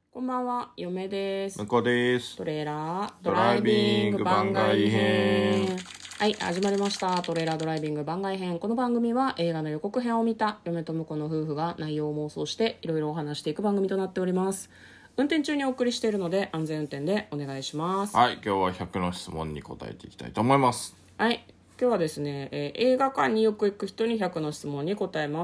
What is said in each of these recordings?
こんばんは、嫁です。 向こうです。 トレーラードライビング番外編。はい、始まりました。トレーラードライビング番外編。この番組は映画の予告編を見た嫁と婿の夫婦が内容を妄想していろいろお話していく番組となっております。運転中にお送りしているので安全運転でお願いします。 はい、今日は100の質問に答えていきたいと思います。 はい、今日はですね、映画館によく行く人に100の質問に答えます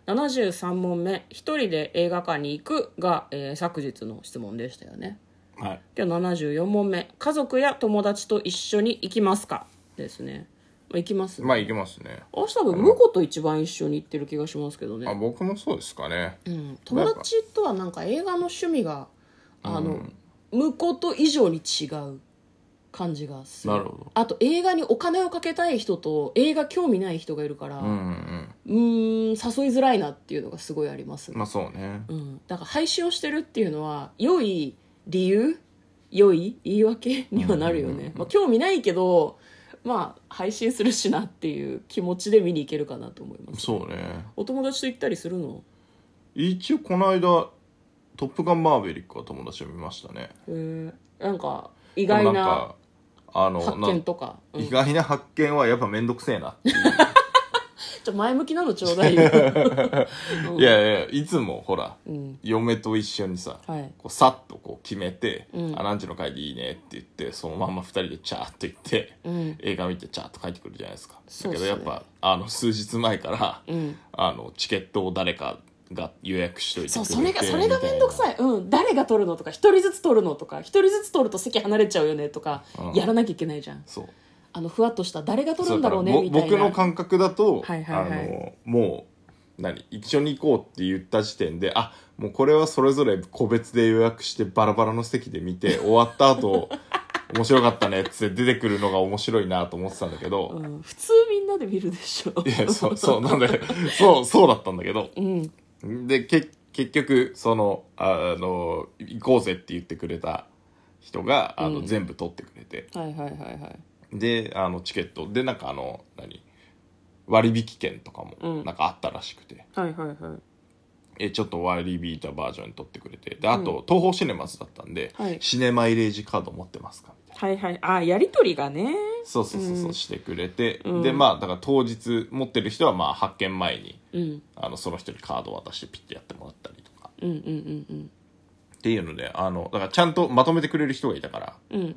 。73問目、一人で映画館に行くが、昨日の質問でしたよね。 はい。 では74問目、家族や友達と一緒に行きますかですね。行きますね。 まあ行きますね。 私多分婿と一番一緒に行ってる気がしますけどね。 僕もそうですかね。 友達とはなんか映画の趣味が婿と以上に違う感じがする。 なるほど。 あと映画にお金をかけたい人と映画興味ない人がいるから、誘いづらいなっていうのがすごいありますね。 まあそうね。 だから配信をしてるっていうのは良い理由、良い言い訳にはなるよね。興味ないけどまあ配信するしなっていう気持ちで見に行けるかなと思います、 そうね。 お友達と行ったりするの？ 一応この間トップガンマーヴェリックは友達と見ましたね。 なんか意外な発見とか、 意外な発見はやっぱめんどくせえなっていうじゃ前向きなのちょうだいよ、 いやいや、いつもほら、嫁と一緒にさ、こうさっとこう決めて、何時の会議いいねって言ってそのまま2人でチャーっと行って、映画見てチャーっと帰ってくるじゃないですか。だけどやっぱ数日前から、チケットを誰かが予約しといてくれて、 それがめんどくさい。誰が取るのとか、一人ずつ取るのとか、一人ずつ取ると席離れちゃうよねとか、やらなきゃいけないじゃん。 そう、 ふわっとした誰が取るんだろうねみたいな。 僕の感覚だと、もう一緒に行こうって言った時点で、もうこれはそれぞれ個別で予約してバラバラの席で見て終わった後面白かったねって出てくるのが面白いなと思ってたんだけど、 普通みんなで見るでしょ。 いやそうなんでそうだったんだけど、で結局行こうぜって言ってくれた人が全部取ってくれて、でチケットでなんか割引券とかもなんかあったらしくて、ちょっと割り引いたバージョンに取ってくれて、であと、東宝シネマズだったんで、シネマイレージカード持ってますかみたいな、 やり取りがね、 そうしてくれて、でだから当日持ってる人は発券前に、その人にカードを渡してピッてやってもらったりとか、っていうのでだからちゃんとまとめてくれる人がいたから、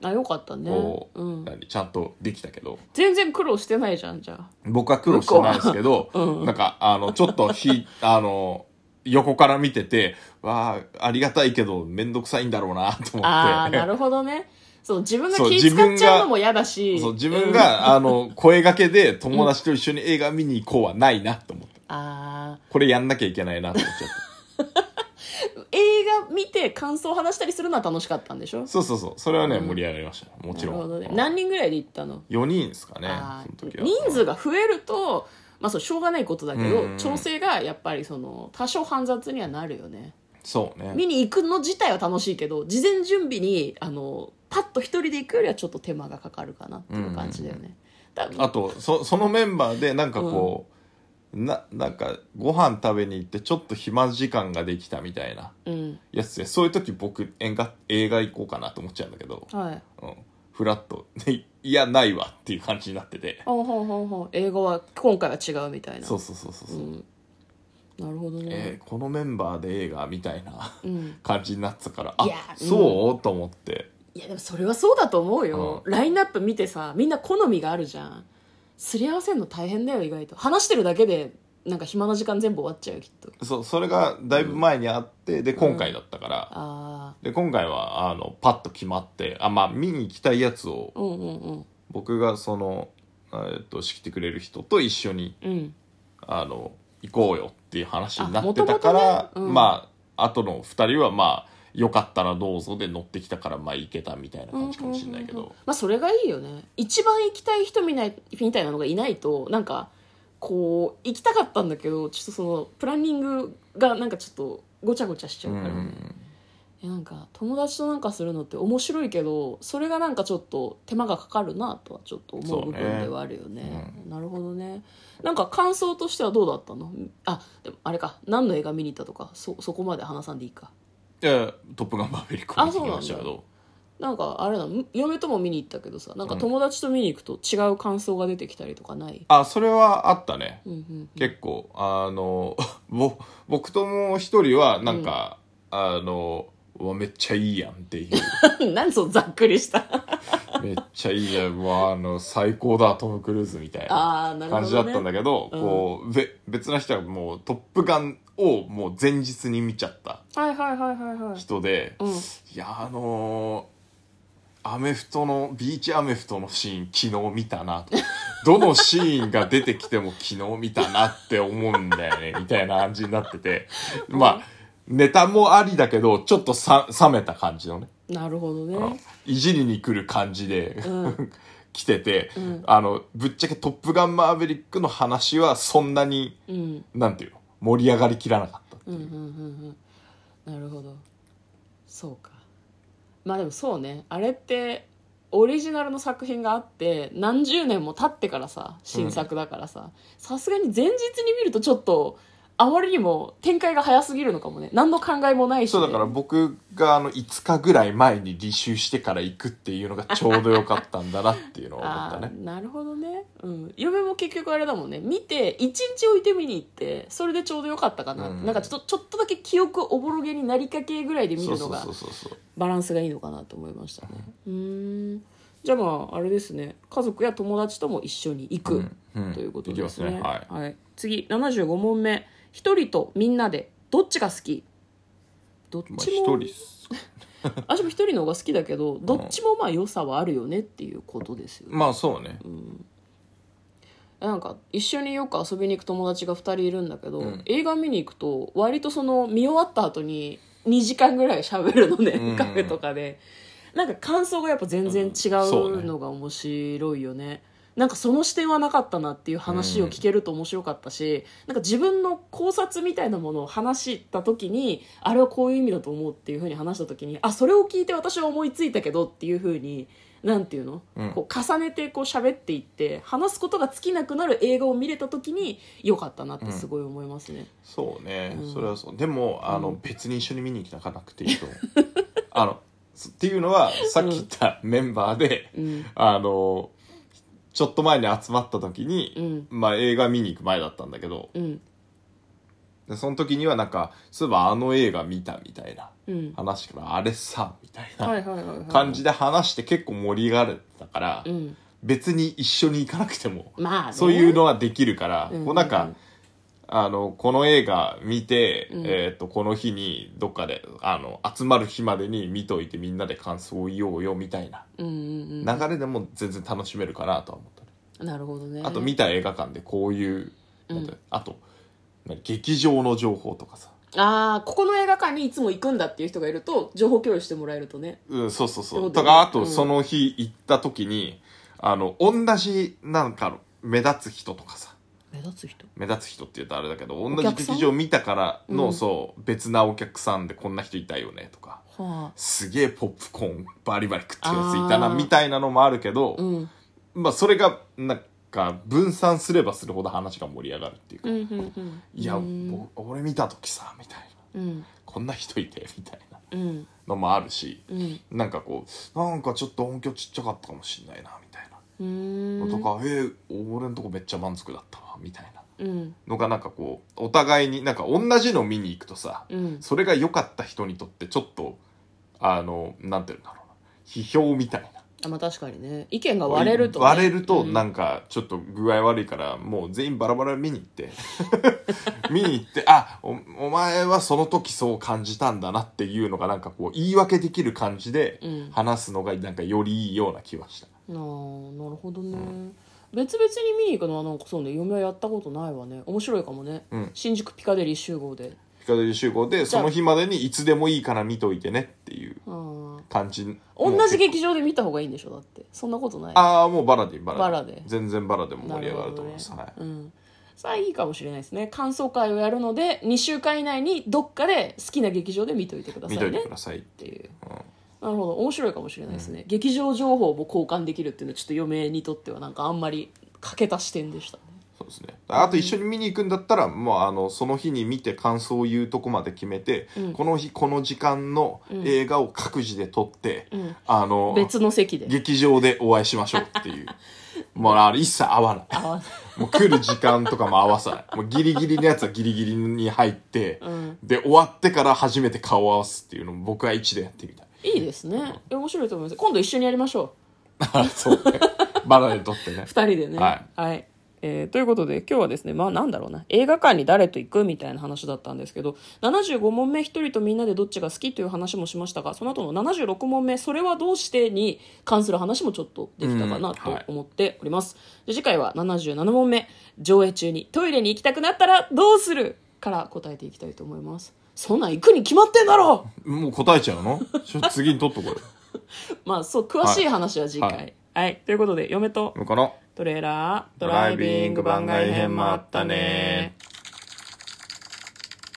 よかったね。 ちゃんとできたけど、 全然苦労してないじゃん。じゃあ僕は苦労してないですけど、なんかちょっと横から見てて、ありがたいけどめんどくさいんだろうなと思って。 なるほどね。そう、自分が気使っちゃうのも嫌だし、 自分が声掛けで友達と一緒に映画見に行こうはないなと思って、これやんなきゃいけないなと思っちゃって映画見て感想を話したりするのは楽しかったんでしょ？ そうそれはね、盛り上がりました、もちろん。 なるほどね。何人ぐらいで行ったの ？4人ですかね。その時は人数が増えるとしょうがないことだけど、調整がやっぱり多少煩雑にはなるよね。 そうね。 見に行くの自体は楽しいけど、事前準備にパッと一人で行くよりはちょっと手間がかかるかなっていう感じだよね。 あとそのメンバーでなんかこう、なんかご飯食べに行ってちょっと暇時間ができたみたいなやつで、そういう時僕映画行こうかなと思っちゃうんだけど、フラットいやないわっていう感じになってて、 映画は今回は違うみたいな。 そう、 なるほどね。 このメンバーで映画みたいな、感じになってたから、と思って。 いやでもそれはそうだと思うよ、ラインナップ見てさ、みんな好みがあるじゃん。すり合わせるの大変だよ。意外と話してるだけでなんか暇な時間全部終わっちゃうよきっと。 それがだいぶ前にあって、で今回だったから、で今回はパッと決まって、見に行きたいやつを、僕が仕切ってくれる人と一緒に、行こうよっていう話になってたから、あとの2人はよかったらどうぞで乗ってきたから行けたみたいな感じかもしれないけど、 それがいいよね。一番行きたい人みたいなのがいないと、なんかこう行きたかったんだけど、ちょっとそのプランニングがなんかちょっとごちゃごちゃしちゃうからね。なんか友達となんかするのって面白いけど、それがなんかちょっと手間がかかるなとはちょっと思う部分ではあるよね。なるほどね。なんか感想としてはどうだったの？でもあれか、何の映画見に行ったとかそこまで話さんでいいか。 いやトップガンマーヴェリックを見てきましたけど、 なんかあれだ、嫁とも見に行ったけどさ、なんか友達と見に行くと違う感想が出てきたりとかない？ それはあったね、結構僕とも一人はなんか、うわめっちゃいいやんっていう何そのざっくりしためっちゃいいやん、最高だトム・クルーズみたいな感じだったんだけど、こう別の人はもうトップガンをもう前日に見ちゃった人で、いやアメフトのビーチアメフトのシーン昨日見たなとどのシーンが出てきても昨日見たなって思うんだよねみたいな感じになってて、まあネタもありだけどちょっと冷めた感じのね、 なるほどね、 いじりに来る感じで、来てて、ぶっちゃけトップガンマーヴェリックの話はそんなに、なんていうの盛り上がりきらなかったっていう、 なるほど、そうか。まあでもそうね、あれってオリジナルの作品があって何十年も経ってからさ新作だからさ、さすがに前日に見るとちょっとあまりにも展開が早すぎるのかもね。何の考えもないし、ね、 そうだから僕が5日ぐらい前に履修してから行くっていうのがちょうどよかったんだなっていうのを思ったねなるほどね、嫁も結局あれだもんね、見て1日置いて見に行ってそれでちょうどよかったかな、なんかちょっとだけ記憶おぼろげになりかけぐらいで見るのがバランスがいいのかなと思いましたね。じゃあまああれですね、家族や友達とも一緒に行く、ということですね。はい、次75問目、一人とみんなでどっちが好き？どっちも、私も一人の方が好きだけど、どっちもまあ良さはあるよねっていうことですよね。 まあそうね、 なんか一緒によく遊びに行く友達が2人いるんだけど、映画見に行くと割とその見終わった後に2時間ぐらい喋るのね、カフェとかで。なんか感想がやっぱ全然違うのが面白いよね。なんかその視点はなかったなっていう話を聞けると面白かったし、なんか自分の考察みたいなものを話した時に、あれはこういう意味だと思うっていう風に話した時に、それを聞いて私は思いついたけどっていう風に、なんていうの、こう重ねてこう喋っていって話すことが尽きなくなる映画を見れた時に良かったなってすごい思いますね。 そうね、それはそう。でも別に一緒に見に行かなくていいと思うっていうのはさっき言ったメンバーで、ちょっと前に集まった時に、まあ映画見に行く前だったんだけど、でその時にはなんかそういえば映画見たみたいな話から、あれさみたいな感じで話して結構盛り上がれたから、別に一緒に行かなくても、そういうのはできるから、こうなんかこの映画見て、この日にどっかで集まる日までに見といてみんなで感想を言おうよみたいな流れでも全然楽しめるかなとは思ったね。 なるほどね。 あと見た映画館でこういう、あと劇場の情報とかさ、 ここの映画館にいつも行くんだっていう人がいると情報共有してもらえるとね。 そうとか、あとその日行った時に同じなんか目立つ人とかさ、目立つ人って言うとあれだけど、同じ劇場見たからの、別なお客さんでこんな人いたよねとか、すげえポップコーンバリバリ食ってるやついたなみたいなのもあるけど、まあそれがなんか分散すればするほど話が盛り上がるっていうか、いや、俺見た時さみたいな、こんな人いてみたいなのもあるし、なんかこうなんかちょっと音響ちっちゃかったかもしんないなみたいなとか、俺のとこめっちゃ満足だったわみたいなのが、なんかこうお互いになんか同じの見に行くとさ、それが良かった人にとってちょっとなんていうんだろうな、批評みたいな。 まあ確かにね、意見が割れるとなんかちょっと具合悪いから、もう全員バラバラ見に行って見に行ってお前はその時そう感じたんだなっていうのがなんかこう言い訳できる感じで話すのがなんかよりいいような気はした。 なるほどね、別々に見に行くのはなんかそうね、嫁はやったことないわね。面白いかもね、新宿ピカデリー集合でその日までにいつでもいいから見といてねっていう感じ。 同じ劇場で見た方がいいんでしょ、だってそんなことない。 もうバラで全然バラでも盛り上がると思います、 さあいいかもしれないですね。感想会をやるので2週間以内にどっかで好きな劇場で見といてくださいね、 見といてくださいっていう、なるほど、面白いかもしれないですね、劇場情報も交換できるっていうのはちょっと嫁にとってはなんかあんまり欠けた視点でしたね。 そうですね。あと一緒に見に行くんだったら、もうその日に見て感想を言うとこまで決めて、この日この時間の映画を各自で撮って、 別の席で劇場でお会いしましょうっていう。もう一切合わない。もう来る時間とかも合わさない。もうギリギリのやつはギリギリに入って、で終わってから初めて顔を合わすっていうのも僕は一でやってみたい。 いいですね。面白いと思います。今度一緒にやりましょう。そうね。バナで撮ってね。 二人でね。はい。ということで今日はですね、なんだろうな、映画館に誰と行くみたいな話だったんですけど、75問目一人とみんなでどっちが好きという話もしましたが、その後の76問目それはどうしてに関する話もちょっとできたかなと思っております。次回は77問目、上映中にトイレに行きたくなったらどうするから答えていきたいと思います。そんなん行くに決まってんだろ。 もう答えちゃうの？次に取っとこうよ。 そう詳しい話は次回。はい、ということで嫁とかなトレーラードライビング番外編もあったね。